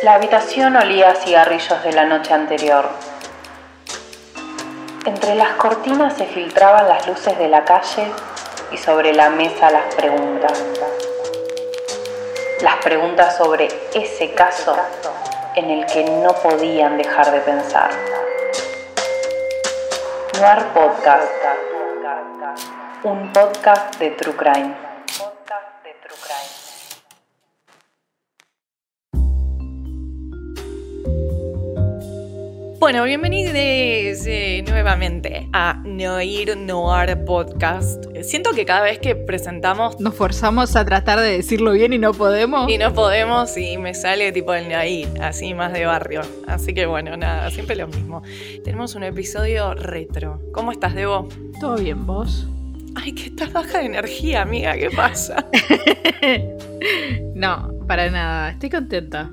La habitación olía a cigarrillos de la noche anterior. Entre las cortinas se filtraban las luces de la calle y sobre la mesa las preguntas. Las preguntas sobre ese caso en el que no podían dejar de pensar. Noir Podcast, un podcast de True Crime. Bueno, bienvenidos nuevamente a Noir Podcast. Siento que cada vez que presentamos nos forzamos a tratar de decirlo bien y no podemos. Y me sale tipo el Noir, así más de barrio. Así que bueno, nada, siempre lo mismo. Tenemos un episodio retro. ¿Cómo estás, Debo? ¿Todo bien, vos? Ay, que estás baja de energía, amiga, ¿qué pasa? No, para nada, estoy contenta.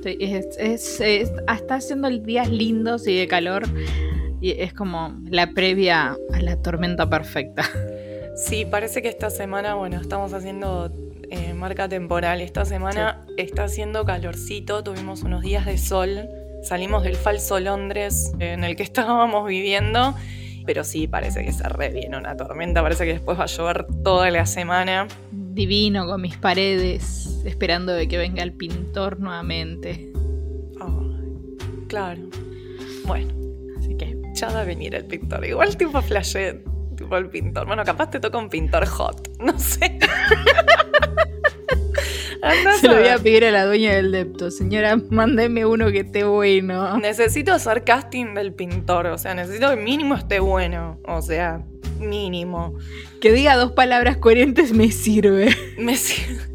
Está haciendo días lindos y de calor y es como la previa a la tormenta perfecta. Sí, parece que esta semana, bueno, estamos haciendo marca temporal. Esta semana está haciendo calorcito, tuvimos unos días de sol, salimos del falso Londres en el que estábamos viviendo, pero sí, parece que se reviene una tormenta, parece que después va a llover toda la semana. Divino, con mis paredes, esperando de que venga el pintor nuevamente. Oh, claro. Bueno, así que ya va a venir el pintor. Igual tipo flashé, tipo el pintor. Bueno, capaz te toca un pintor hot, no sé. Se lo voy a pedir a la dueña del depto. Señora, mándeme uno que esté bueno. Necesito hacer casting del pintor, o sea, necesito que mínimo esté bueno, o sea, mínimo. Que diga 2 palabras coherentes me sirve. Me sirve.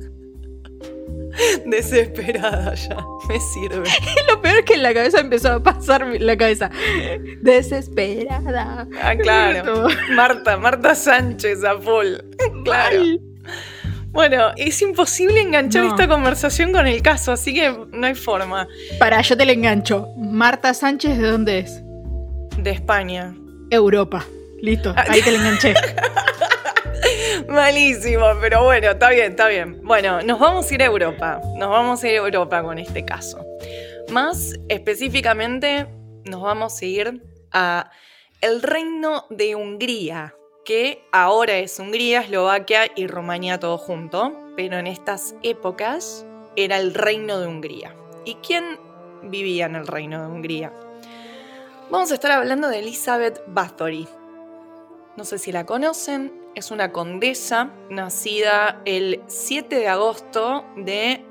Desesperada ya, me sirve. Lo peor es que en la cabeza empezó a pasar la cabeza. Desesperada. Ah, claro. Marta Sánchez a full. Claro. Ay. Bueno, es imposible enganchar esta conversación con el caso, así que no hay forma. Pará, yo te la engancho. Marta Sánchez, ¿de dónde es? De España. Europa. Listo, ahí te la enganché. Malísimo, pero bueno, está bien. Bueno, nos vamos a ir a Europa con este caso. Más específicamente, nos vamos a ir a el Reino de Hungría, que ahora es Hungría, Eslovaquia y Rumanía todo junto, pero en estas épocas era el Reino de Hungría. ¿Y quién vivía en el Reino de Hungría? Vamos a estar hablando de Elizabeth Bathory. No sé si la conocen, es una condesa nacida el 7 de agosto de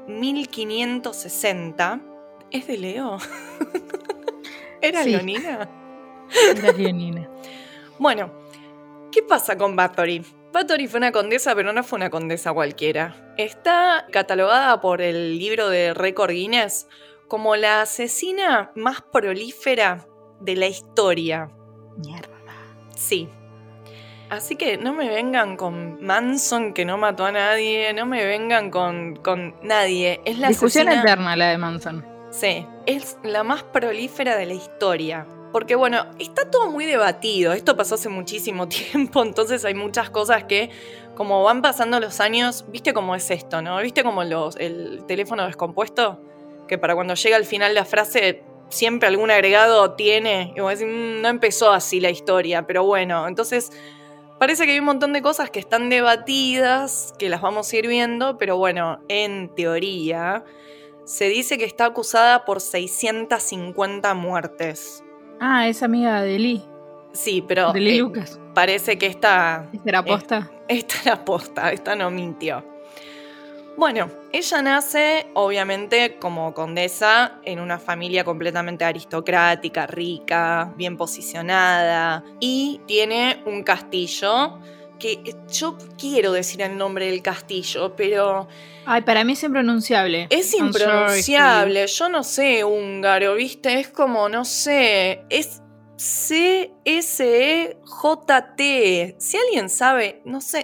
1560. ¿Es de Leo? ¿Era sí. Leonina? Era Leonina. Bueno, ¿qué pasa con Bathory? Bathory fue una condesa, pero no fue una condesa cualquiera. Está catalogada por el libro de récord Guinness como la asesina más prolífera de la historia. Mierda. Sí. Así que no me vengan con Manson, que no mató a nadie, no me vengan con nadie. Es la discusión asesina eterna la de Manson. Sí, es la más prolífera de la historia. Porque bueno, está todo muy debatido. Esto pasó hace muchísimo tiempo, entonces hay muchas cosas que, como van pasando los años, ¿viste cómo es esto, no? ¿Viste como el teléfono descompuesto? Que para cuando llega al final la frase siempre algún agregado tiene, y vos decís, no empezó así la historia, pero bueno, entonces parece que hay un montón de cosas que están debatidas, que las vamos a ir viendo, pero bueno, en teoría se dice que está acusada por 650 muertes. Ah, es amiga de Lee. Sí, pero de Lee Lucas. Parece que esta era posta. Esta era posta, esta no mintió. Bueno, ella nace, obviamente, como condesa en una familia completamente aristocrática, rica, bien posicionada, y tiene un castillo que yo quiero decir el nombre del castillo, pero... Ay, para mí es impronunciable. Es impronunciable, yo no sé húngaro, ¿viste? Es como, no sé, es C-S-E-J-T. Si alguien sabe, no sé,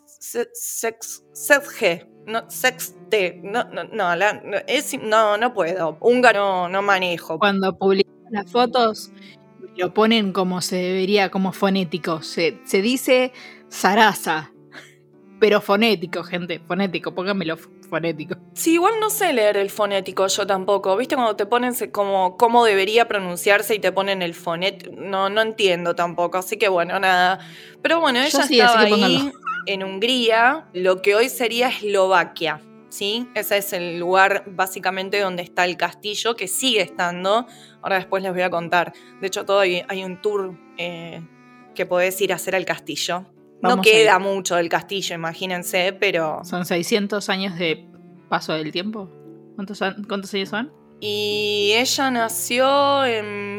Sexge. No, sexte, no puedo. Húngaro no manejo. Cuando publican las fotos, lo ponen como se debería, como fonético. Se dice zaraza, pero fonético, gente, fonético, pónganmelo fonético. Sí, igual no sé leer el fonético yo tampoco. ¿Viste cuando te ponen como cómo debería pronunciarse y te ponen el fonético? No entiendo tampoco, así que bueno, nada. Pero bueno, Yo ella sí, así estaba que pónganlo. ahí en Hungría, lo que hoy sería Eslovaquia, ¿sí? Ese es el lugar básicamente donde está el castillo, que sigue estando. Ahora después les voy a contar. De hecho, hay un tour que podés ir a hacer al castillo. No Vamos a queda ir. mucho del castillo, imagínense, pero... Son 600 años de paso del tiempo. ¿Cuántos años son? Y ella nació en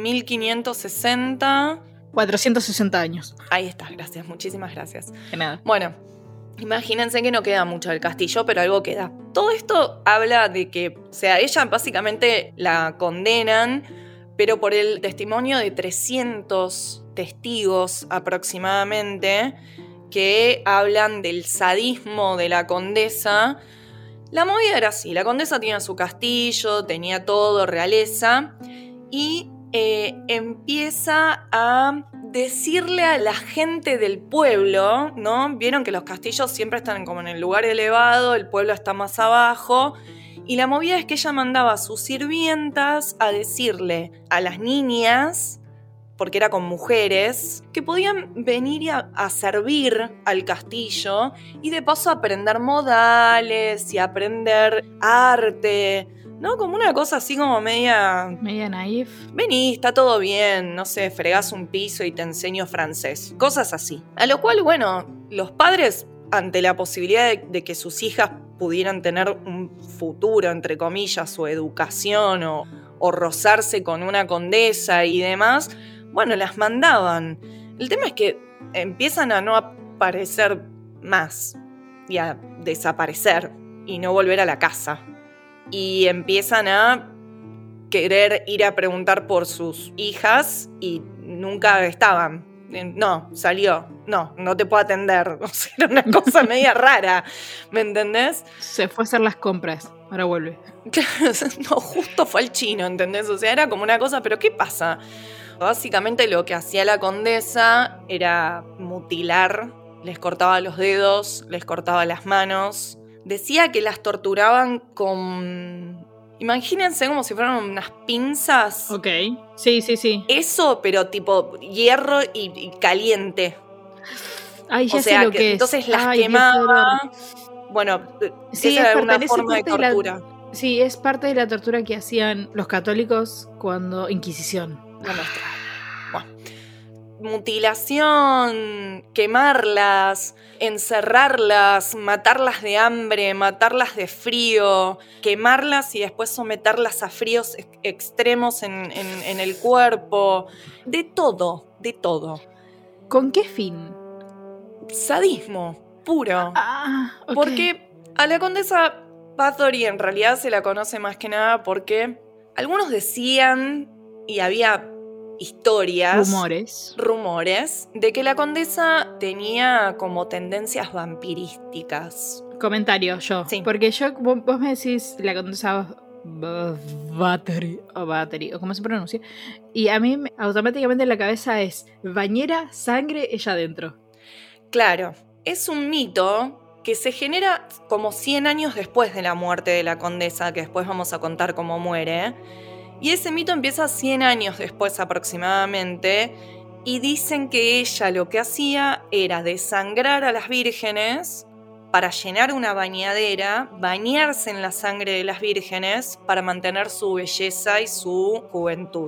1560. 460 años. Ahí está, gracias, muchísimas gracias. Que nada. Bueno, imagínense que no queda mucho del castillo, pero algo queda. Todo esto habla de que, o sea, ella básicamente la condenan, pero por el testimonio de 300 testigos aproximadamente que hablan del sadismo de la condesa. La movida era así, la condesa tenía su castillo, tenía todo, realeza, y empieza a decirle a la gente del pueblo, ¿no? Vieron que los castillos siempre están como en el lugar elevado, el pueblo está más abajo, y la movida es que ella mandaba a sus sirvientas a decirle a las niñas, porque era con mujeres, que podían venir a servir al castillo y de paso aprender modales y aprender arte, ¿no? Como una cosa así como media naif. Vení, está todo bien, no sé, fregás un piso y te enseño francés. Cosas así. A lo cual, bueno, los padres, ante la posibilidad de que sus hijas pudieran tener un futuro, entre comillas, o educación, o rozarse con una condesa y demás, bueno, las mandaban. El tema es que empiezan a no aparecer más y a desaparecer y no volver a la casa. Y empiezan a querer ir a preguntar por sus hijas y nunca estaban. No, salió. No te puedo atender. O sea, era una cosa media rara. ¿Me entendés? Se fue a hacer las compras. Ahora vuelve. No, justo fue al chino, ¿entendés? O sea, era como una cosa, pero ¿qué pasa? Básicamente lo que hacía la condesa era mutilar, les cortaba los dedos, les cortaba las manos. Decía que las torturaban con... Imagínense como si fueran unas pinzas. Ok. Sí. Eso, pero tipo hierro y caliente. Ay, ya o sea, sé lo que es. Entonces las Ay, quemaba. Bueno, sí, esa era una forma de tortura. Sí, es parte de la tortura que hacían los católicos cuando Inquisición. La nuestra. Bueno. Mutilación, quemarlas, encerrarlas, matarlas de hambre, matarlas de frío, quemarlas y después someterlas a fríos extremos en el cuerpo. De todo. ¿Con qué fin? Sadismo, puro. Okay. Porque a la condesa Bathory en realidad se la conoce más que nada porque algunos decían, y había historias, rumores, de que la condesa tenía como tendencias vampirísticas. Comentario, yo. Sí. Porque vos me decís la condesa Bathory, o como se pronuncia, y a mí automáticamente en la cabeza es bañera, sangre, ella adentro. Claro, es un mito que se genera como 100 años después de la muerte de la condesa, que después vamos a contar cómo muere. Y ese mito empieza 100 años después aproximadamente, y dicen que ella lo que hacía era desangrar a las vírgenes para llenar una bañadera, bañarse en la sangre de las vírgenes para mantener su belleza y su juventud.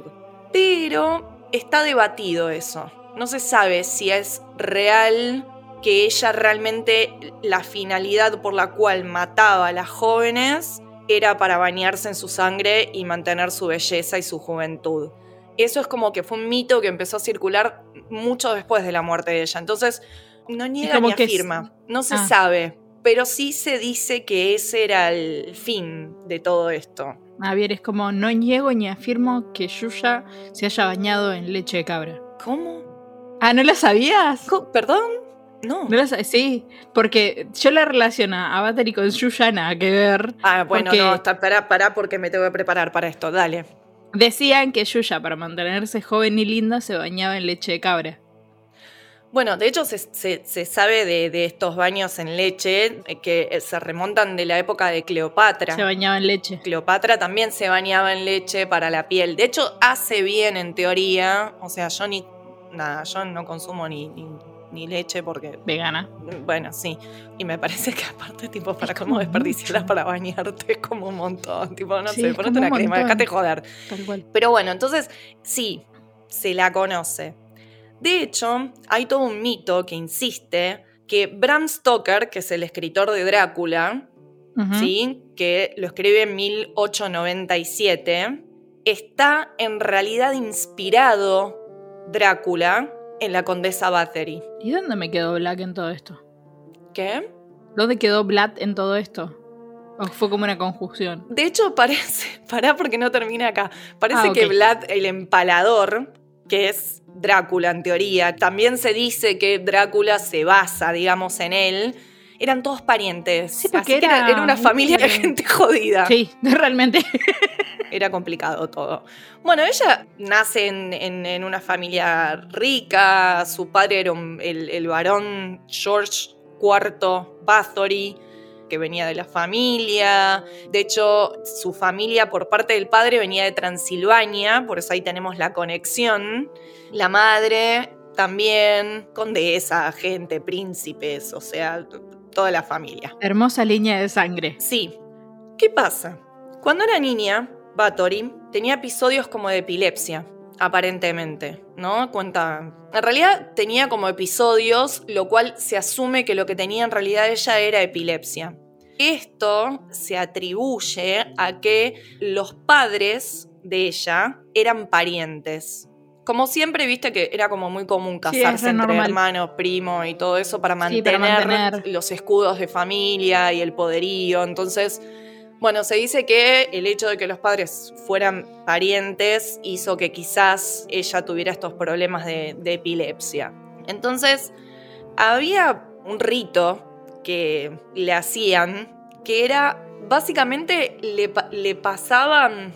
Pero está debatido eso. No se sabe si es real que ella realmente, la finalidad por la cual mataba a las jóvenes era para bañarse en su sangre y mantener su belleza y su juventud. Eso es como que fue un mito que empezó a circular mucho después de la muerte de ella. Entonces, no niega ni afirma. No se sabe, pero sí se dice que ese era el fin de todo esto. A ver, es como no niego ni afirmo que Yuya se haya bañado en leche de cabra. ¿Cómo? Ah, ¿no lo sabías? ¿Perdón? No. Sí, porque yo la relaciono a Bathory con Yuya, nada que ver. Ah, bueno, no, pará porque me tengo que preparar para esto, dale. Decían que Yuya, para mantenerse joven y linda, se bañaba en leche de cabra. Bueno, de hecho se sabe de estos baños en leche que se remontan de la época de Cleopatra. Se bañaba en leche. Cleopatra también se bañaba en leche para la piel. De hecho, hace bien en teoría. O sea, yo no consumo ni leche porque... Vegana. Bueno, sí. Y me parece que aparte, tipo, para cómo desperdiciarlas para bañarte es como un montón. Tipo, no Sí, sé, es ponete como una un crema, montón. dejate joder. Tal cual. Pero bueno, entonces, sí, se la conoce. De hecho, hay todo un mito que insiste que Bram Stoker, que es el escritor de Drácula, Ujú. ¿sí? Que lo escribe en 1897, está en realidad inspirado Drácula en la condesa Bathory. ¿Y dónde me quedó Black en todo esto? ¿Qué? ¿Dónde quedó Vlad en todo esto? ¿O fue como una conjunción? De hecho, pará porque no termina acá. Parece Ok. que Vlad el Empalador, que es Drácula en teoría, también se dice que Drácula se basa, digamos, en él. Eran todos parientes. Sí, porque así que era una familia de gente jodida. Sí, realmente. Era complicado todo. Bueno, ella nace en una familia rica. Su padre era el varón George IV Bathory, que venía de la familia. De hecho, su familia por parte del padre venía de Transilvania, por eso ahí tenemos la conexión. La madre también, condesa, gente, príncipes, o sea, toda la familia. Hermosa línea de sangre. Sí. ¿Qué pasa? Cuando era niña, Bathory tenía episodios como de epilepsia, aparentemente, ¿no? Cuenta. En realidad tenía como episodios, lo cual se asume que lo que tenía en realidad ella era epilepsia. Esto se atribuye a que los padres de ella eran parientes. Como siempre, viste que era como muy común Sí, casarse es re entre normal. hermanos, primos y todo eso para Sí, mantener, para mantener. los escudos de familia y el poderío. Entonces, bueno, se dice que el hecho de que los padres fueran parientes hizo que quizás ella tuviera estos problemas de epilepsia. Entonces, había un rito que le hacían, que era, básicamente, le pasaban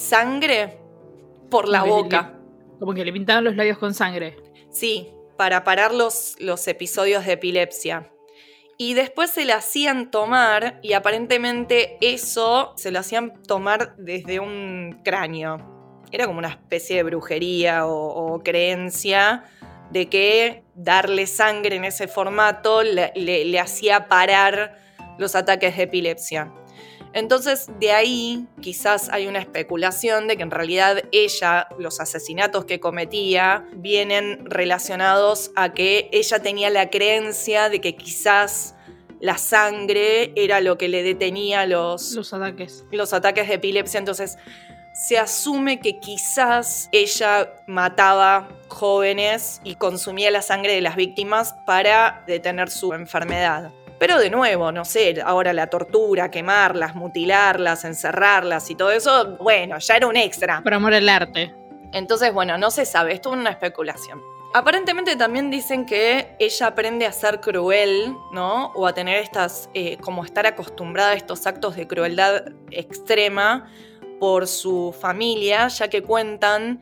sangre por la Como que boca. Como que le pintaban los labios con sangre. Sí, para parar los episodios de epilepsia. Y después se la hacían tomar, y aparentemente eso se lo hacían tomar desde un cráneo. Era como una especie de brujería o creencia de que darle sangre en ese formato le hacía parar los ataques de epilepsia. Entonces, de ahí quizás hay una especulación de que en realidad ella, los asesinatos que cometía, vienen relacionados a que ella tenía la creencia de que quizás la sangre era lo que le detenía los ataques de epilepsia. Entonces, se asume que quizás ella mataba jóvenes y consumía la sangre de las víctimas para detener su enfermedad. Pero de nuevo, no sé, ahora la tortura, quemarlas, mutilarlas, encerrarlas y todo eso, bueno, ya era un extra. Por amor al arte. Entonces, bueno, no se sabe, esto es una especulación. Aparentemente también dicen que ella aprende a ser cruel, ¿no? O a tener estas, como estar acostumbrada a estos actos de crueldad extrema por su familia, ya que cuentan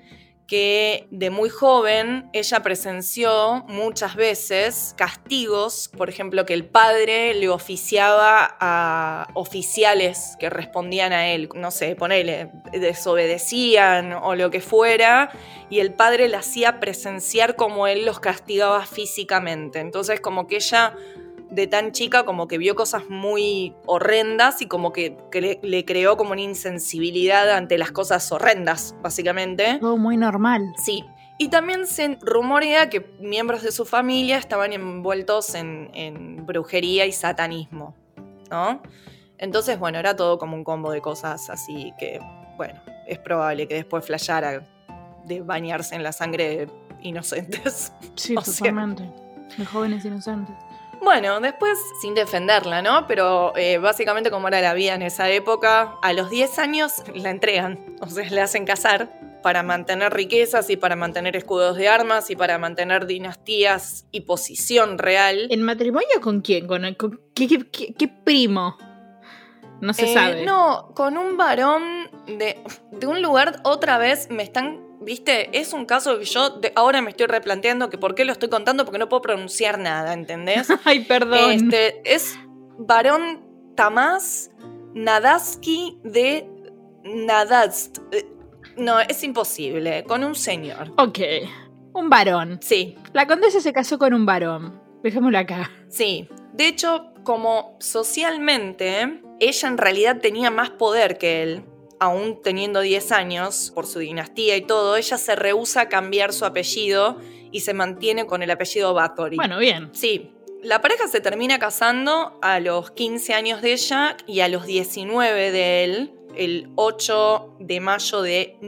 que de muy joven ella presenció muchas veces castigos, por ejemplo, que el padre le oficiaba a oficiales que respondían a él, no sé, ponele, desobedecían o lo que fuera, y el padre la hacía presenciar como él los castigaba físicamente. Entonces, como que ella de tan chica como que vio cosas muy horrendas y como que le creó como una insensibilidad ante las cosas horrendas, básicamente. Todo muy normal. Sí. Y también se rumorea que miembros de su familia estaban envueltos en brujería y satanismo, ¿no? Entonces, bueno, era todo como un combo de cosas así que, bueno, es probable que después flasheara de bañarse en la sangre de inocentes. Sí, totalmente. De jóvenes inocentes. Bueno, después, sin defenderla, ¿no? Pero básicamente como era la vida en esa época, a los 10 años la entregan. O sea, la hacen casar para mantener riquezas y para mantener escudos de armas y para mantener dinastías y posición real. ¿En matrimonio con quién? ¿Con qué primo? No se sabe. No, con un varón de un lugar, otra vez me están ¿viste? Es un caso que yo ahora me estoy replanteando que por qué lo estoy contando, porque no puedo pronunciar nada, ¿entendés? Ay, perdón. Es varón Tamás Nadatsky de Nadazd. No, es imposible, con un señor. Ok, un varón. Sí, La condesa se casó con un varón. Dejémoslo acá. sí. De hecho, como socialmente, ella en realidad tenía más poder que él, aún teniendo 10 años, por su dinastía y todo, ella se rehúsa a cambiar su apellido y se mantiene con el apellido Bathory. Bueno, bien. Sí, la pareja se termina casando a los 15 años de ella y a los 19 de él, el 8 de mayo de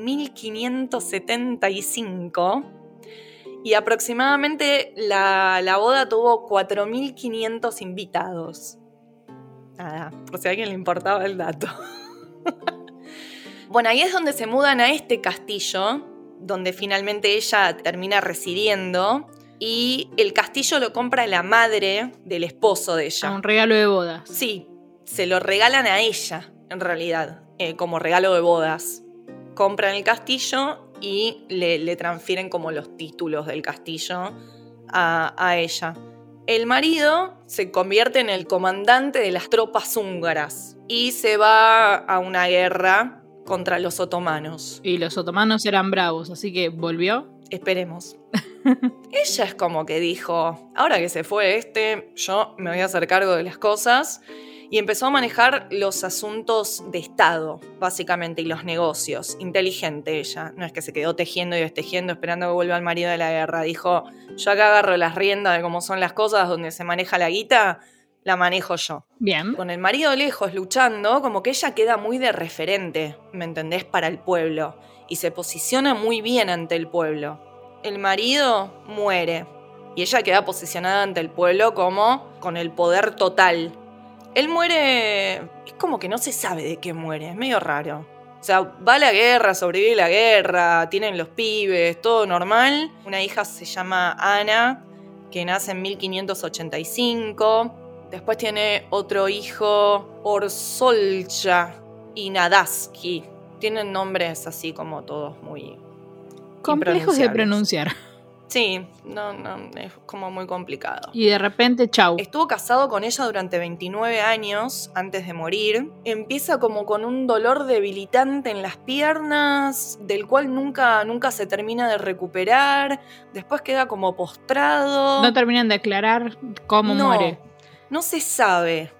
1575. Y aproximadamente la boda tuvo 4.500 invitados. Nada, por si a alguien le importaba el dato. Bueno, ahí es donde se mudan a este castillo, donde finalmente ella termina residiendo. Y el castillo lo compra la madre del esposo de ella. Un regalo de bodas. Sí, se lo regalan a ella, en realidad, como regalo de bodas. Compran el castillo y le transfieren como los títulos del castillo a ella. El marido se convierte en el comandante de las tropas húngaras y se va a una guerra contra los otomanos. Y los otomanos eran bravos, así que volvió. Esperemos. Ella es como que dijo, ahora que se fue yo me voy a hacer cargo de las cosas. Y empezó a manejar los asuntos de Estado, básicamente, y los negocios. Inteligente ella. No es que se quedó tejiendo y destejiendo esperando que vuelva el marido de la guerra. Dijo, yo acá agarro las riendas de cómo son las cosas, donde se maneja la guita, la manejo yo. Bien. Con el marido lejos luchando, como que ella queda muy de referente, ¿me entendés? Para el pueblo. Y se posiciona muy bien ante el pueblo. El marido muere. Y ella queda posicionada ante el pueblo como con el poder total. Él muere, es como que no se sabe de qué muere, es medio raro. O sea, va a la guerra, sobrevive la guerra, tienen los pibes, todo normal. Una hija se llama Ana, que nace en 1585. Después tiene otro hijo, Orsolja y Nadatsky. Tienen nombres así como todos muy complejos de impronunciables. pronunciar. Sí, no, es como muy complicado. Y de repente, chau. Estuvo casado con ella durante 29 años antes de morir. Empieza como con un dolor debilitante en las piernas, del cual nunca se termina de recuperar. Después queda como postrado. No terminan de aclarar cómo muere. No se sabe.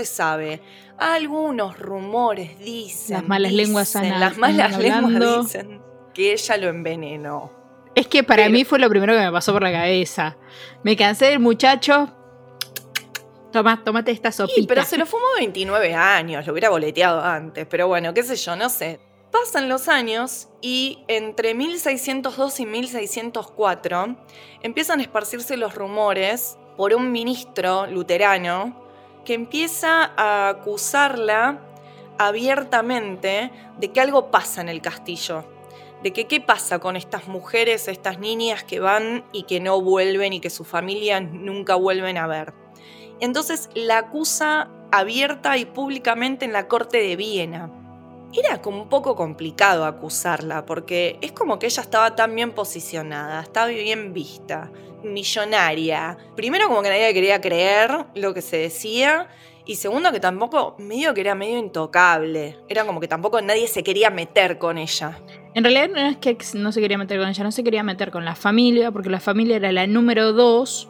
Algunos rumores dicen. Las malas lenguas Las malas lenguas dicen que ella lo envenenó. Es que para mí fue lo primero que me pasó por la cabeza. Me cansé del muchacho. Tómate esta sopita. Sí, pero se lo fumó 29 años, lo hubiera boleteado antes. Pero bueno, qué sé yo, no sé. Pasan los años y entre 1602 y 1604 empiezan a esparcirse los rumores por un ministro luterano que empieza a acusarla abiertamente de que algo pasa en el castillo. De que qué pasa con estas mujeres, estas niñas que van y que no vuelven y que su familia nunca vuelven a ver. Entonces la acusa abierta y públicamente en la corte de Viena. Era como un poco complicado acusarla porque es como que ella estaba tan bien posicionada, estaba bien vista, millonaria. Primero como que nadie quería creer lo que se decía. Y segundo que tampoco, medio que era medio intocable. Era como que tampoco nadie se quería meter con ella. En realidad no es que no se quería meter con ella, no se quería meter con la familia, porque la familia era la número 2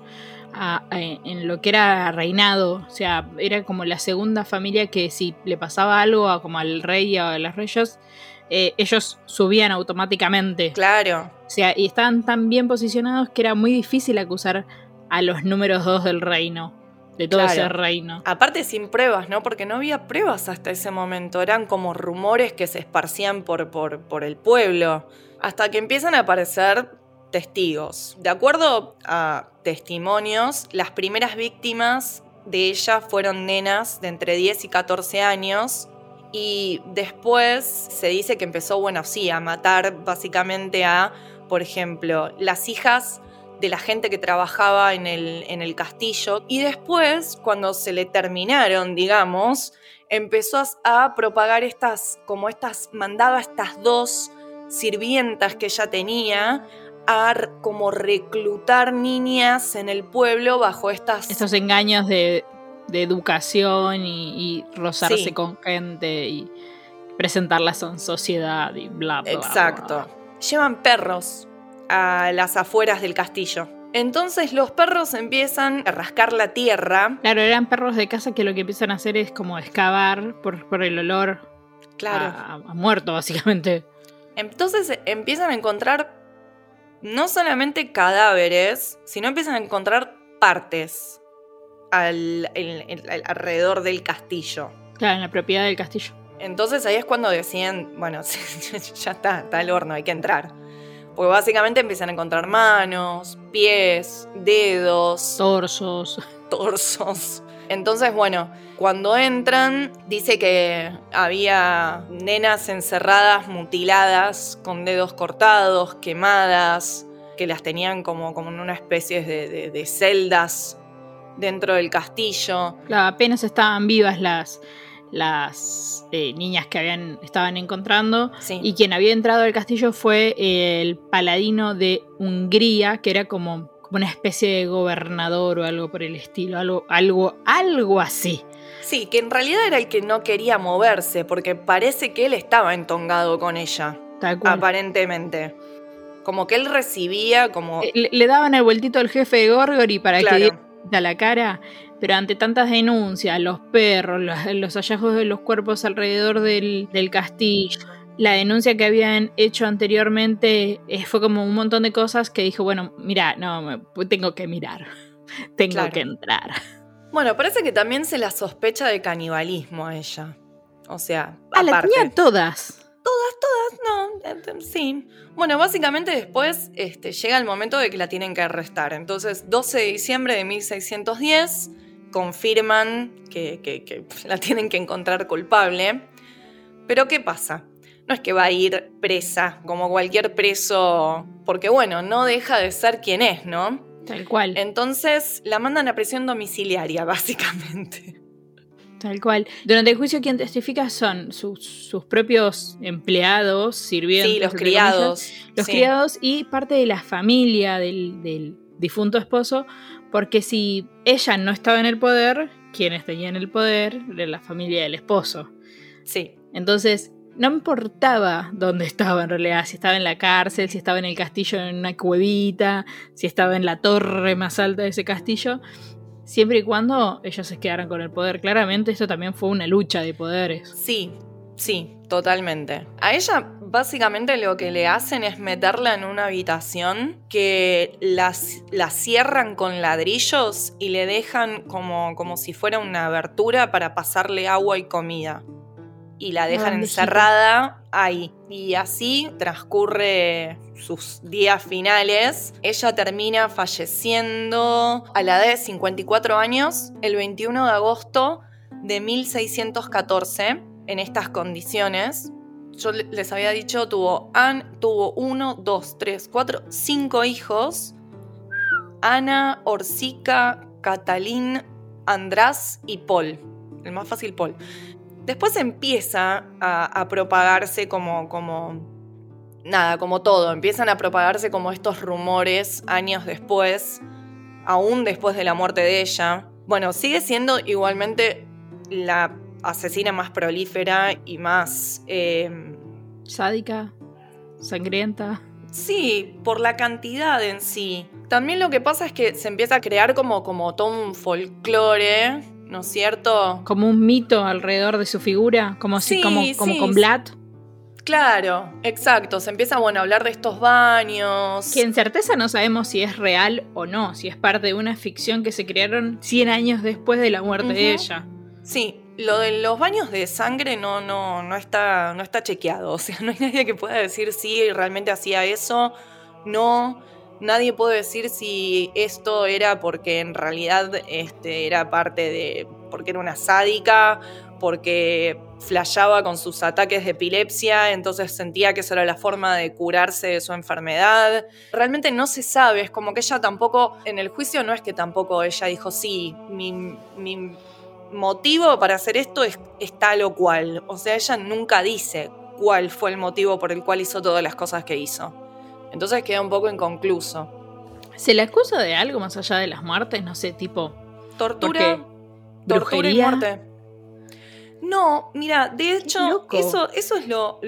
en lo que era reinado. O sea, era como la segunda familia que si le pasaba algo como al rey o a las reyes, ellos subían automáticamente. Claro. O sea, y estaban tan bien posicionados que era muy difícil acusar a los números 2 del reino. De todo ese reino. Aparte sin pruebas, ¿no? Porque no había pruebas hasta ese momento. Eran como rumores que se esparcían por el pueblo. Hasta que empiezan a aparecer testigos. De acuerdo a testimonios, las primeras víctimas de ella fueron nenas de entre 10 y 14 años. Y después se dice que empezó, a matar básicamente a, por ejemplo, las hijas de la gente que trabajaba en el castillo. Y después, cuando se le terminaron, empezó a propagar mandaba estas 2 sirvientas que ella tenía a como reclutar niñas en el pueblo bajo estos engaños de educación y rozarse Sí. con gente y presentarlas en sociedad y bla, bla, Exacto. bla. Llevan perros a las afueras del castillo. Entonces los perros empiezan a rascar la tierra. Claro, eran perros de casa que lo que empiezan a hacer es como excavar por el olor Claro. a muerto, básicamente. Entonces empiezan a encontrar no solamente cadáveres, sino empiezan a encontrar partes alrededor del castillo. Claro, en la propiedad del castillo. Entonces ahí es cuando decían, bueno, ya está el horno, hay que entrar. Porque básicamente empiezan a encontrar manos, pies, dedos, torsos. Entonces, bueno, cuando entran, dice que había nenas encerradas, mutiladas, con dedos cortados, quemadas, que las tenían como en una especie de celdas dentro del castillo. Claro, apenas estaban vivas las niñas que estaban encontrando. Sí. Y quien había entrado al castillo fue el paladino de Hungría, que era como una especie de gobernador o algo por el estilo, algo así. Sí, que en realidad era el que no quería moverse, porque parece que él estaba entongado con ella. Tal cual. Aparentemente. Como que él recibía como... Le daban el vueltito al jefe de Gorgori para Claro. que diera la cara, pero ante tantas denuncias, los perros, los hallazgos de los cuerpos alrededor del castillo, la denuncia que habían hecho anteriormente, fue como un montón de cosas que dijo, bueno, mira, no, tengo que mirar, tengo Claro. que entrar. Bueno, parece que también se la sospecha de canibalismo a ella. O sea, La aparte. tenía todas. No, sí. Bueno, básicamente después llega el momento de que la tienen que arrestar. Entonces, 12 de diciembre de 1610, confirman que la tienen que encontrar culpable. Pero ¿qué pasa? No es que va a ir presa como cualquier preso, porque bueno, no deja de ser quien es, ¿no? Tal cual. Entonces la mandan a prisión domiciliaria, básicamente. Tal cual. Durante el juicio quien testifica son sus propios empleados, sirvientes. Sí, los entre criados. comillas, los Sí. criados y parte de la familia del difunto esposo, porque si ella no estaba en el poder, quienes tenían el poder era la familia del esposo. Sí. Entonces, no importaba dónde estaba en realidad, si estaba en la cárcel, si estaba en el castillo en una cuevita, si estaba en la torre más alta de ese castillo, siempre y cuando ellos se quedaran con el poder. Claramente esto también fue una lucha de poderes. Sí, totalmente. A ella básicamente lo que le hacen es meterla en una habitación que la cierran con ladrillos y le dejan como si fuera una abertura para pasarle agua y comida. Y la dejan encerrada ahí. Y así transcurre sus días finales. Ella termina falleciendo a la edad de 54 años, el 21 de agosto de 1614, en estas condiciones. Yo les había dicho, tuvo 1, 2, 3, 4, 5 hijos. Ana, Orsica, Catalín, András y Paul. El más fácil, Paul. Después empieza a propagarse como todo. Empiezan a propagarse como estos rumores años después, aún después de la muerte de ella. Bueno, sigue siendo igualmente la asesina más prolífera y más... sádica, sangrienta. Sí, por la cantidad en sí. También lo que pasa es que se empieza a crear como todo un folclore, ¿no es cierto? Como un mito alrededor de su figura, como con Vlad. Claro, exacto. Se empieza a hablar de estos baños. Que en certeza no sabemos si es real o no, si es parte de una ficción que se crearon 100 años después de la muerte de ella. Sí, lo de los baños de sangre no está chequeado. O sea, no hay nadie que pueda decir si realmente hacía eso. No. Nadie puede decir si esto era porque en realidad era parte de... porque era una sádica, porque flasheaba con sus ataques de epilepsia, entonces sentía que esa era la forma de curarse de su enfermedad. Realmente no se sabe, es como que ella tampoco... En el juicio no es que tampoco ella dijo, sí, mi motivo para hacer esto es tal o cual. O sea, ella nunca dice cuál fue el motivo por el cual hizo todas las cosas que hizo. Entonces queda un poco inconcluso. ¿Se le acusa de algo más allá de las muertes? No sé, tipo... Tortura y muerte. No, mira, de hecho, eso es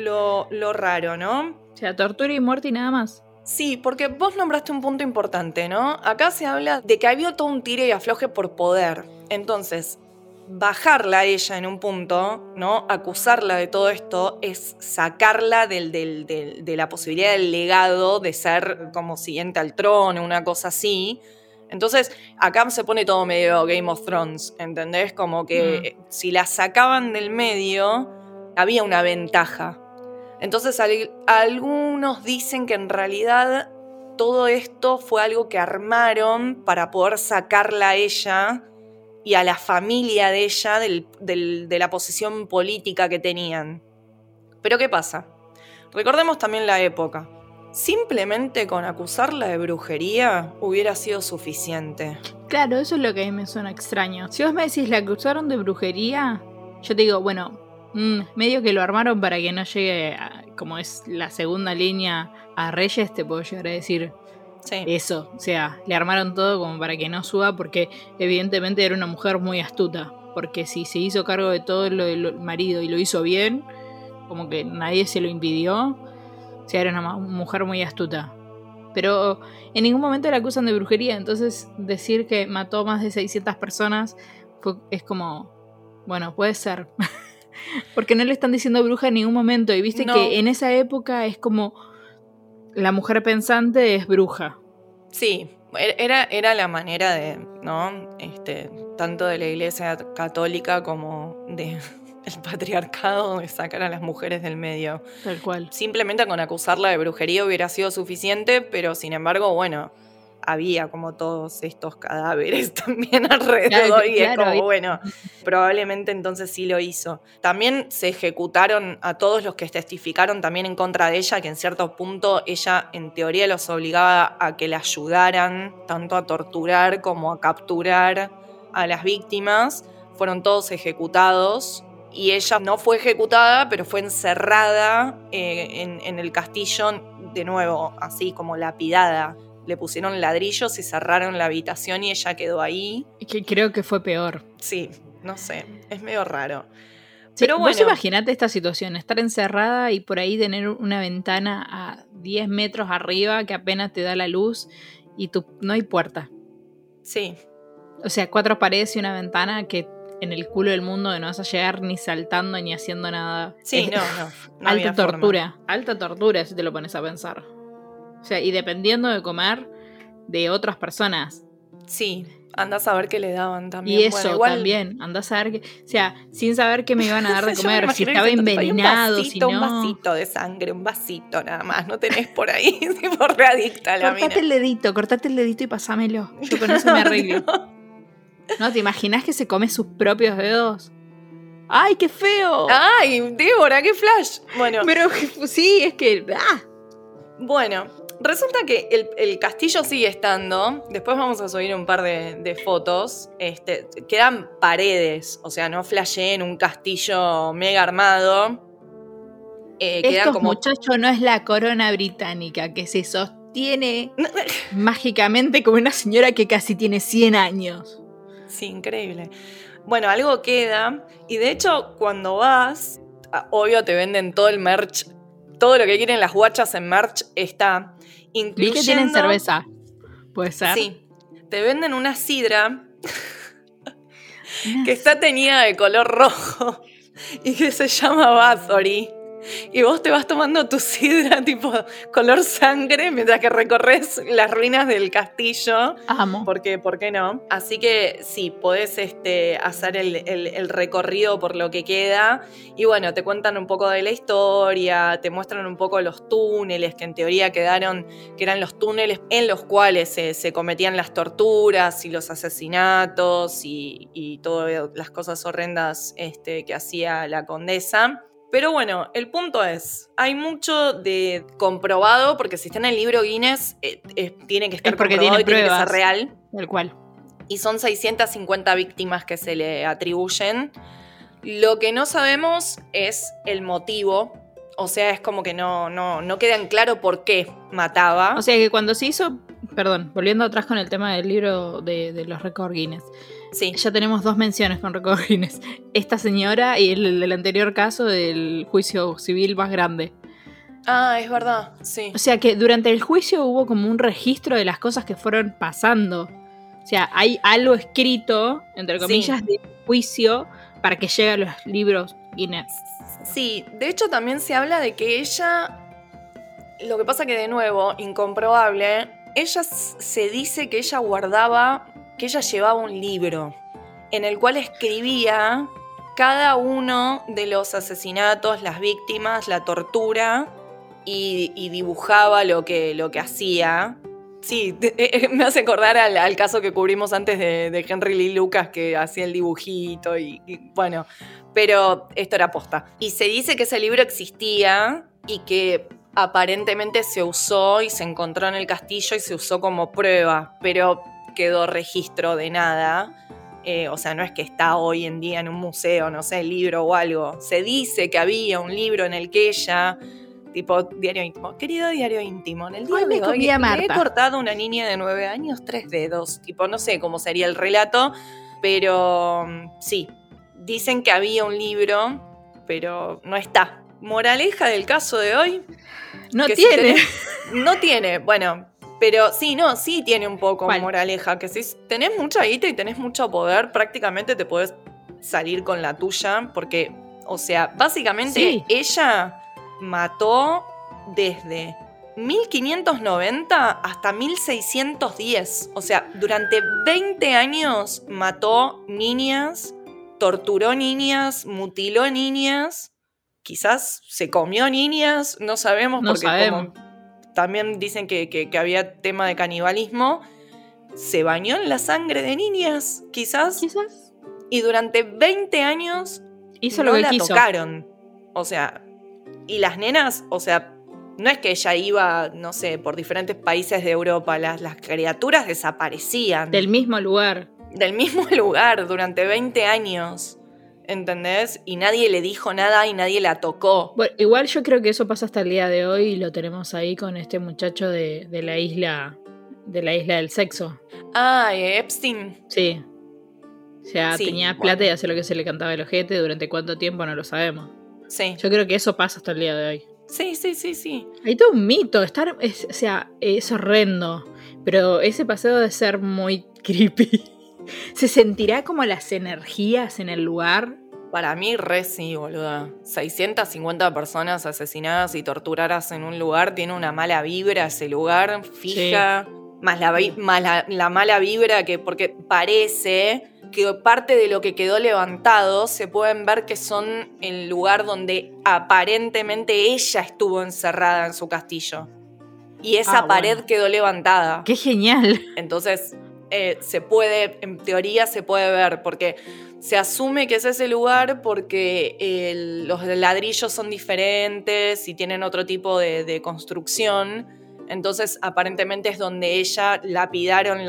lo raro, ¿no? O sea, tortura y muerte y nada más. Sí, porque vos nombraste un punto importante, ¿no? Acá se habla de que había todo un tire y afloje por poder. Entonces, bajarla a ella en un punto, ¿no? Acusarla de todo esto es sacarla de la posibilidad del legado de ser como siguiente al trono, una cosa así. Entonces, acá se pone todo medio Game of Thrones, ¿entendés? Como que si la sacaban del medio, había una ventaja. Entonces, algunos dicen que en realidad todo esto fue algo que armaron para poder sacarla a ella y a la familia de ella de la posición política que tenían. Pero ¿qué pasa? Recordemos también la época. Simplemente con acusarla de brujería hubiera sido suficiente. Claro, eso es lo que a mí me suena extraño. Si vos me decís la acusaron de brujería, yo te digo, bueno, medio que lo armaron para que no llegue, como es la segunda línea, a Reyes, te puedo llegar a decir eso. O sea, le armaron todo como para que no suba, porque evidentemente era una mujer muy astuta. Porque si se hizo cargo de todo lo del marido y lo hizo bien, como que nadie se lo impidió. O sea, era una mujer muy astuta. Pero en ningún momento la acusan de brujería. Entonces decir que mató más de 600 personas es como... Bueno, puede ser. Porque no le están diciendo bruja en ningún momento. Y viste que en esa época es como... La mujer pensante es bruja. Sí, era la manera de... ¿no? Tanto de la Iglesia Católica como de... el patriarcado de sacar a las mujeres del medio. Tal cual. Simplemente con acusarla de brujería hubiera sido suficiente, pero sin embargo, bueno, había como todos estos cadáveres también alrededor. Y es como, bueno, probablemente entonces sí lo hizo. También se ejecutaron a todos los que testificaron también en contra de ella, que en cierto punto ella en teoría los obligaba a que la ayudaran tanto a torturar como a capturar a las víctimas. Fueron todos ejecutados. Y ella no fue ejecutada, pero fue encerrada en el castillo, de nuevo, así como lapidada. Le pusieron ladrillos y cerraron la habitación y ella quedó ahí. Que creo que fue peor. Sí, no sé, es medio raro. Sí, pero bueno, vos imaginate esta situación, estar encerrada y por ahí tener una ventana a 10 metros arriba que apenas te da la luz y no hay puerta. Sí. O sea, 4 paredes y una ventana que... en el culo del mundo que no vas a llegar ni saltando ni haciendo nada. Sí, no alta tortura. Alta tortura si te lo pones a pensar. O sea, y dependiendo de comer de otras personas. Sí, andás a ver qué le daban también. Y eso igual... también, andás a ver qué... O sea, sin saber qué me iban a dar de comer, si estaba envenenado, un vasito, si no... Un vasito de sangre, un vasito nada más, no tenés por ahí, tipo readicta la mina. Cortate el dedito y pasámelo. Yo con eso me arreglo. ¿No te imaginas que se come sus propios dedos? ¡Ay, qué feo! ¡Ay, Débora, qué flash! Bueno, pero sí, es que... Bueno, resulta que el castillo sigue estando. Después vamos a subir un par de fotos. Quedan paredes, o sea, no flasheen un castillo mega armado. Estos muchachos no es la corona británica que se sostiene mágicamente como una señora que casi tiene 100 años. Sí, increíble. Bueno, algo queda. Y de hecho, cuando vas, obvio te venden todo el merch. Todo lo que quieren las guachas en merch está. Incluyendo... Vi que tienen cerveza. ¿Puede ser? Sí. Te venden una sidra que está teñida de color rojo y que se llama Bathory. Y vos te vas tomando tu sidra tipo color sangre mientras que recorres las ruinas del castillo. Amo. Porque, ¿por qué no? Así que sí, podés hacer el recorrido por lo que queda. Y bueno, te cuentan un poco de la historia, te muestran un poco los túneles que en teoría quedaron, que eran los túneles en los cuales se cometían las torturas y los asesinatos y todas las cosas horrendas que hacía la condesa. Pero bueno, el punto es, hay mucho de comprobado, porque si está en el libro Guinness, tiene que estar comprobado y tiene que ser real. Tal cual. Y son 650 víctimas que se le atribuyen. Lo que no sabemos es el motivo O sea, es como que no queda en claro por qué mataba. O sea que cuando se hizo, perdón, volviendo atrás con el tema del libro de los récords Guinness. Sí. Ya tenemos 2 menciones con récord Guinness. Esta señora y el del anterior caso del juicio civil más grande. Ah, es verdad, sí. O sea que durante el juicio hubo como un registro de las cosas que fueron pasando. O sea, hay algo escrito, entre comillas, Sí. de juicio para que llegue a los libros Guinness. Sí, de hecho también se habla de que ella, lo que pasa que de nuevo, incomprobable, ella se dice que ella llevaba un libro en el cual escribía cada uno de los asesinatos, las víctimas, la tortura y dibujaba lo que hacía. Sí, me hace acordar al caso que cubrimos antes de Henry Lee Lucas, que hacía el dibujito y bueno, pero esto era posta. Y se dice que ese libro existía y que aparentemente se usó y se encontró en el castillo y se usó como prueba, pero quedó registro de nada. O sea, no es que está hoy en día en un museo, no sé, el libro o algo. Se dice que había un libro en el que ella... tipo diario íntimo, querido diario íntimo, en el día de hoy le he cortado a una niña de 9 años 3 dedos, tipo no sé cómo sería el relato, pero sí, dicen que había un libro, pero no está. Moraleja del caso de hoy, no tiene. No tiene, bueno, pero sí, no, sí tiene un poco. ¿Cuál? Moraleja, que si tenés mucha guita y tenés mucho poder, prácticamente te podés salir con la tuya, porque, o sea, básicamente sí. Ella mató desde 1590 hasta 1610. O sea, durante 20 años mató niñas, torturó niñas, mutiló niñas, quizás se comió niñas, no sabemos, no porque sabemos. Como también dicen que había tema de canibalismo, se bañó en la sangre de niñas, quizás. Y durante 20 años hizo no lo que la quiso. Tocaron. O sea... Y las nenas, o sea, no es que ella iba, no sé, por diferentes países de Europa, las criaturas desaparecían. Del mismo lugar. Del mismo lugar durante 20 años, ¿entendés? Y nadie le dijo nada y nadie la tocó. Bueno, igual yo creo que eso pasa hasta el día de hoy y lo tenemos ahí con este muchacho de la isla del sexo. Ah, Epstein. Sí. O sea, Sí, tenía bueno. plata y hacía lo que se le cantaba el ojete, durante cuánto tiempo no lo sabemos. Sí. Yo creo que eso pasa hasta el día de hoy. Sí. Hay todo un mito, o sea, es horrendo, pero ese paseo debe ser muy creepy. ¿Se sentirá como las energías en el lugar? Para mí, re sí, boluda. 650 personas asesinadas y torturadas en un lugar, tiene una mala vibra ese lugar, fija. Sí. Más la mala vibra que, porque parece que parte de lo que quedó levantado se pueden ver que son el lugar donde aparentemente ella estuvo encerrada en su castillo. Y esa pared quedó levantada. ¡Qué genial! Entonces, se puede, en teoría se puede ver, porque se asume que es ese lugar porque los ladrillos son diferentes y tienen otro tipo de construcción. Entonces, aparentemente es donde ella lapidaron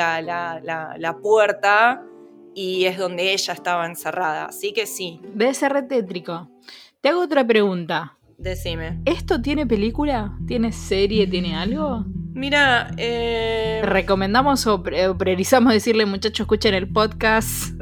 la puerta y es donde ella estaba encerrada. Así que sí. Debe ser re tétrico. Te hago otra pregunta. Decime. ¿Esto tiene película? ¿Tiene serie? ¿Tiene algo? Mira, ¿recomendamos o priorizamos decirle, muchachos, escuchen el podcast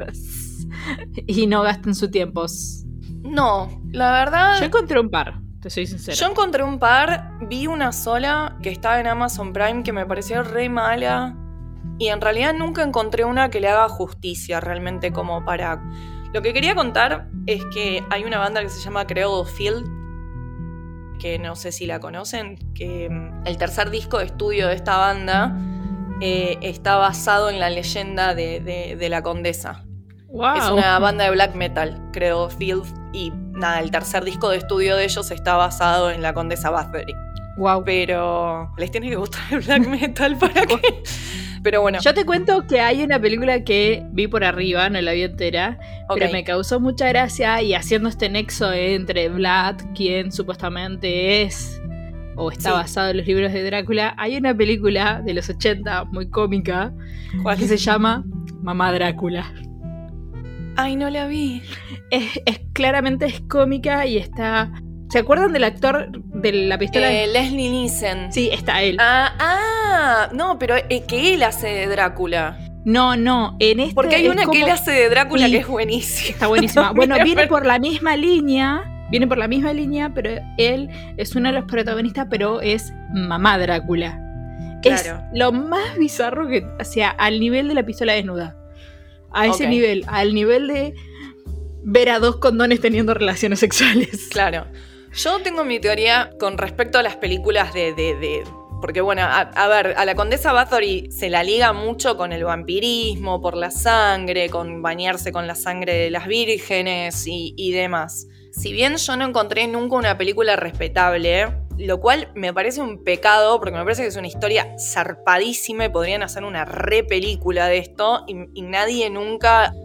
y no gasten su tiempo? No, la verdad... Yo encontré un par. Te soy sincera. Yo encontré un par, vi una sola que estaba en Amazon Prime que me pareció re mala y en realidad nunca encontré una que le haga justicia realmente como para... Lo que quería contar es que hay una banda que se llama Cradle Field, que no sé si la conocen, que el tercer disco de estudio de esta banda está basado en la leyenda de la Condesa. Wow. Es una banda de black metal, Cradle Field, y nada, el tercer disco de estudio de ellos está basado en la Condesa Bathory. Wow. Pero les tiene que gustar el black metal para que... Pero bueno. Yo te cuento que hay una película que vi por arriba, no la vi entera, pero me causó mucha gracia y haciendo este nexo entre Vlad, quien supuestamente es o está basado en los libros de Drácula, hay una película de los 80 muy cómica que se llama Mamá Drácula. Ay, no la vi. Claramente es cómica y está ¿Se acuerdan del actor de la pistola? Leslie Nielsen. Sí, está él. No, pero que él hace de Drácula. No, en este. Porque hay una como... que él hace de Drácula sí, que es buenísima. Está buenísima. Bueno, viene por la misma línea. Viene por la misma línea, pero él es uno de los protagonistas, pero es mamá Drácula. Claro. Es lo más bizarro que... O sea, al nivel de la pistola desnuda. A ese nivel. Al nivel de ver a 2 condones teniendo relaciones sexuales. Claro. Yo tengo mi teoría con respecto a las películas porque bueno, a ver, a la Condesa Bathory se la liga mucho con el vampirismo, por la sangre, con bañarse con la sangre de las vírgenes y demás. Si bien yo no encontré nunca una película respetable, lo cual me parece un pecado, porque me parece que es una historia zarpadísima y podrían hacer una película de esto, y nadie nunca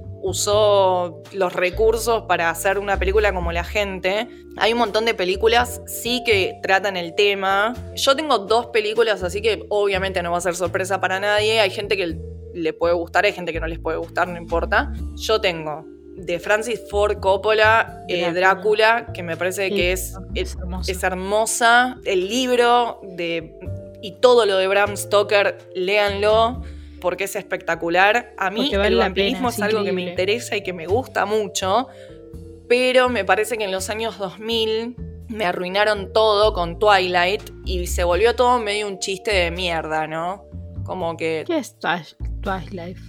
usó los recursos para hacer una película como La Gente. Hay un montón de películas, sí, que tratan el tema. Yo tengo 2 películas, así que obviamente no va a ser sorpresa para nadie. Hay gente que le puede gustar, hay gente que no les puede gustar, no importa. Yo tengo de Francis Ford Coppola, Drácula, que me parece que es hermosa. El libro y todo lo de Bram Stoker, léanlo, porque es espectacular. A mí vale, el vampirismo es algo que me interesa y que me gusta mucho, pero me parece que en los años 2000 me arruinaron todo con Twilight y se volvió todo medio un chiste de mierda, ¿no? Como que... ¿Qué es Twilight?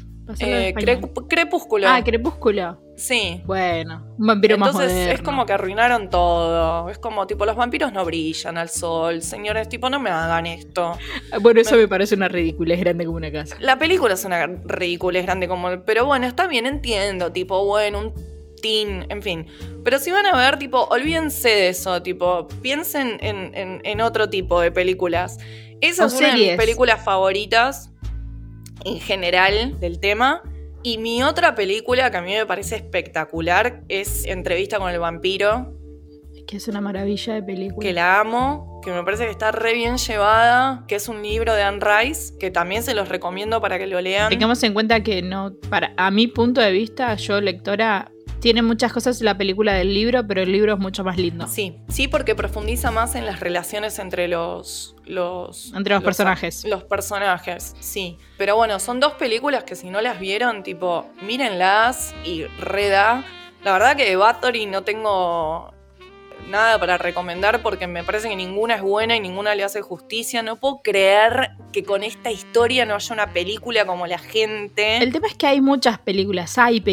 Crepúsculo. Crepúsculo. Sí. Bueno, un vampiro más moderno. Entonces es como que arruinaron todo. Es como tipo, los vampiros no brillan al sol. Señores, tipo, no me hagan esto. Bueno, eso me parece una ridiculez grande como una casa. La película es una ridiculez grande como... Pero bueno, está bien, entiendo. Tipo, bueno, un teen, en fin. Pero si van a ver, tipo, olvídense de eso. Tipo, piensen en otro tipo de películas. Esa es una de mis películas favoritas en general del tema. Y mi otra película que a mí me parece espectacular es Entrevista con el vampiro. Que es una maravilla de película. Que la amo, que me parece que está re bien llevada, que es un libro de Anne Rice, que también se los recomiendo para que lo lean. Tengamos en cuenta que a mi punto de vista, yo lectora, tiene muchas cosas la película del libro, pero el libro es mucho más lindo. Sí, porque profundiza más en las relaciones entre los personajes. Los personajes, sí. Pero bueno, son 2 películas que si no las vieron, tipo, mírenlas y reda. La verdad que de Bathory no tengo nada para recomendar porque me parece que ninguna es buena y ninguna le hace justicia. No puedo creer que con esta historia no haya una película como La Gente. El tema es que hay muchas películas,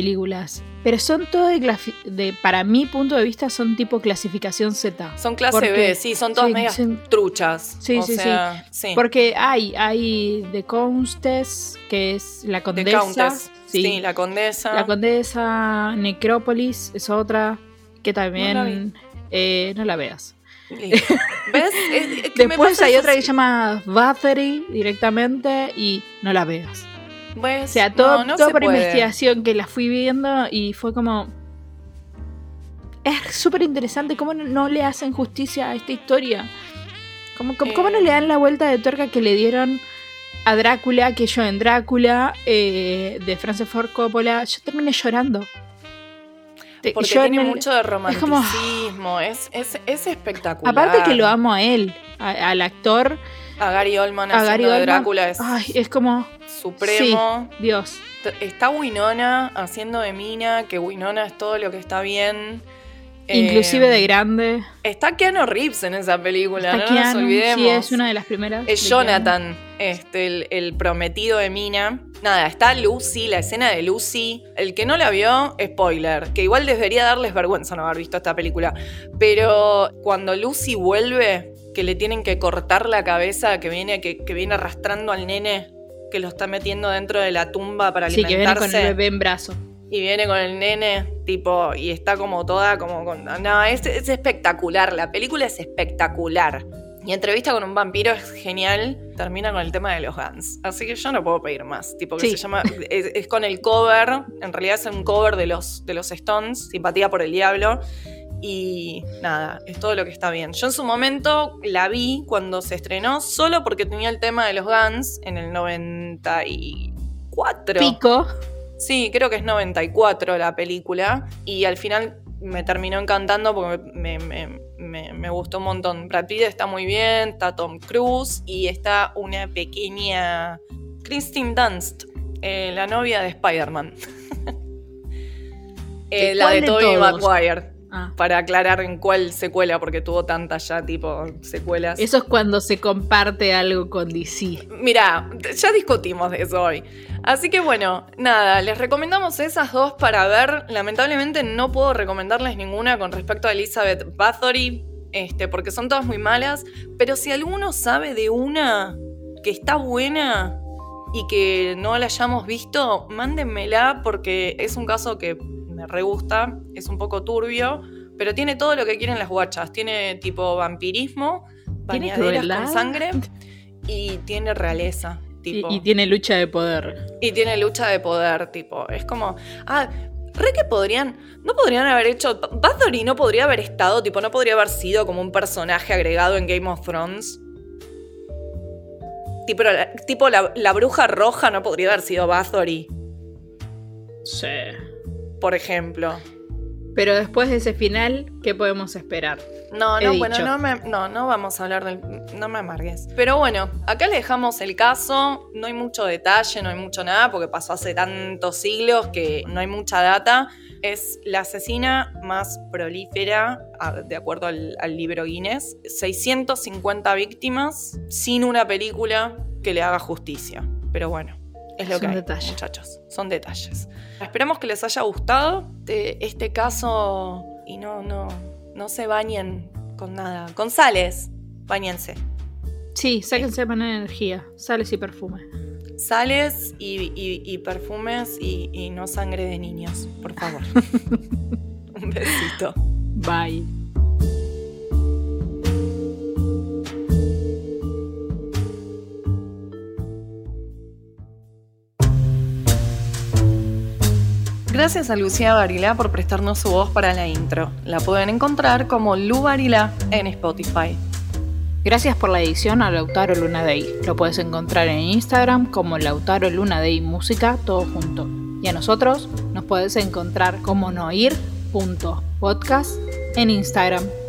pero son todo para mi punto de vista son tipo clasificación Z. Son clase B, sí, son todas medias truchas. Sí. Porque hay The Countess, que es la condesa. The Countess, sí, la condesa. La condesa, Necrópolis es otra que también no la veas. ¿Ves? Después hay otra que se llama Bathory directamente y no la veas. ¿Ves? O sea, todo por investigación que la fui viendo y fue como... Es súper interesante cómo no le hacen justicia a esta historia. ¿Cómo no le dan la vuelta de tuerca que le dieron a Drácula, que yo en Drácula, de Francis Ford Coppola, yo terminé llorando. Porque tiene mucho de romanticismo, es espectacular. Aparte que lo amo a él, al actor. A Gary Oldman haciendo de Drácula es como... supremo. Sí, Dios. Está Winona haciendo de Mina, que Winona es todo lo que está bien. Inclusive de grande. Está Keanu Reeves en esa película, no nos olvidemos. Sí, es una de las primeras. Es Jonathan, el prometido de Mina. Nada, está Lucy, la escena de Lucy. El que no la vio, spoiler, que igual debería darles vergüenza no haber visto esta película. Pero cuando Lucy vuelve, que le tienen que cortar la cabeza, que viene arrastrando al nene, que lo está metiendo dentro de la tumba para alimentarse. Sí, que viene con el bebé en brazo. Y viene con el nene, tipo, y está como toda, no, es espectacular, la película es espectacular. Y Entrevista con un vampiro es genial, termina con el tema de los Guns. Así que yo no puedo pedir más, tipo, que se llama, es con el cover, en realidad es un cover de los Stones, Simpatía por el Diablo. Y nada, es todo lo que está bien. Yo en su momento la vi cuando se estrenó, solo porque tenía el tema de los Guns en el 94. Pico. Sí, creo que es 94 la película. Y al final me terminó encantando porque me gustó un montón. Brad Pitt está muy bien, está Tom Cruise y está una pequeña Kristen Dunst, la novia de Spider-Man. La de Tobey Maguire. Para aclarar en cuál secuela, porque tuvo tantas ya, tipo, secuelas. Eso es cuando se comparte algo con DC. Mirá, ya discutimos de eso hoy. Así que bueno, nada, les recomendamos esas dos para ver. Lamentablemente no puedo recomendarles ninguna con respecto a Elizabeth Bathory, porque son todas muy malas. Pero si alguno sabe de una que está buena y que no la hayamos visto, mándenmela, porque es un caso que me re gusta, es un poco turbio, pero tiene todo lo que quieren las guachas. Tiene tipo vampirismo, bañaderas con sangre y tiene realeza. Tipo. Y tiene lucha de poder. Y tiene lucha de poder, tipo. Es como... re que no podrían haber hecho... Bathory no podría haber estado, tipo, no podría haber sido como un personaje agregado en Game of Thrones. Tipo la bruja roja no podría haber sido Bathory. Sí. Por ejemplo. Pero después de ese final, ¿qué podemos esperar? No, vamos a hablar del... No me amargues. Pero bueno, acá le dejamos el caso. No hay mucho detalle, no hay mucho nada, porque pasó hace tantos siglos que no hay mucha data. Es la asesina más prolífera, de acuerdo al libro Guinness. 650 víctimas sin una película que le haga justicia. Pero bueno. Es lo que hay, muchachos. Son detalles. Esperamos que les haya gustado este caso y no se bañen con nada. Con sales, bañense. Sí, sáquense buena energía. Sales y perfume. Sales y perfumes y no sangre de niños, por favor. Un besito. Bye. Gracias a Lucía Barilá por prestarnos su voz para la intro. La pueden encontrar como Lu Barilá en Spotify. Gracias por la edición a Lautaro Luna Day. Lo puedes encontrar en Instagram como Lautaro Luna Day Música, todo junto. Y a nosotros nos puedes encontrar como noir.podcast en Instagram.